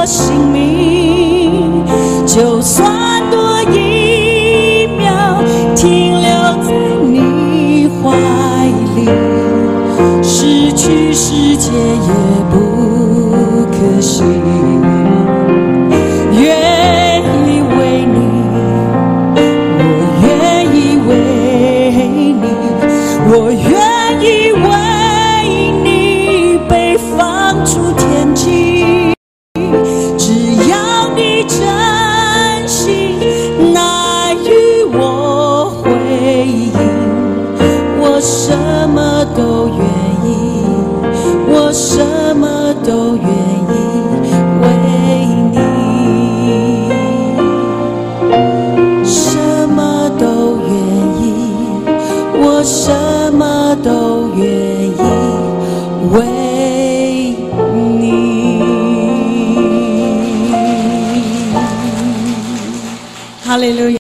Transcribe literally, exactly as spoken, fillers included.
我性命，就算多一秒停留在你怀里，失去世界也不可惜。愿意为你，我愿意为你，我愿意为你被放出天际。只要你真心来与我回应，我什么都愿意，我什么都愿意为你，什么都愿意，我什么都愿意为你。哈利路亚。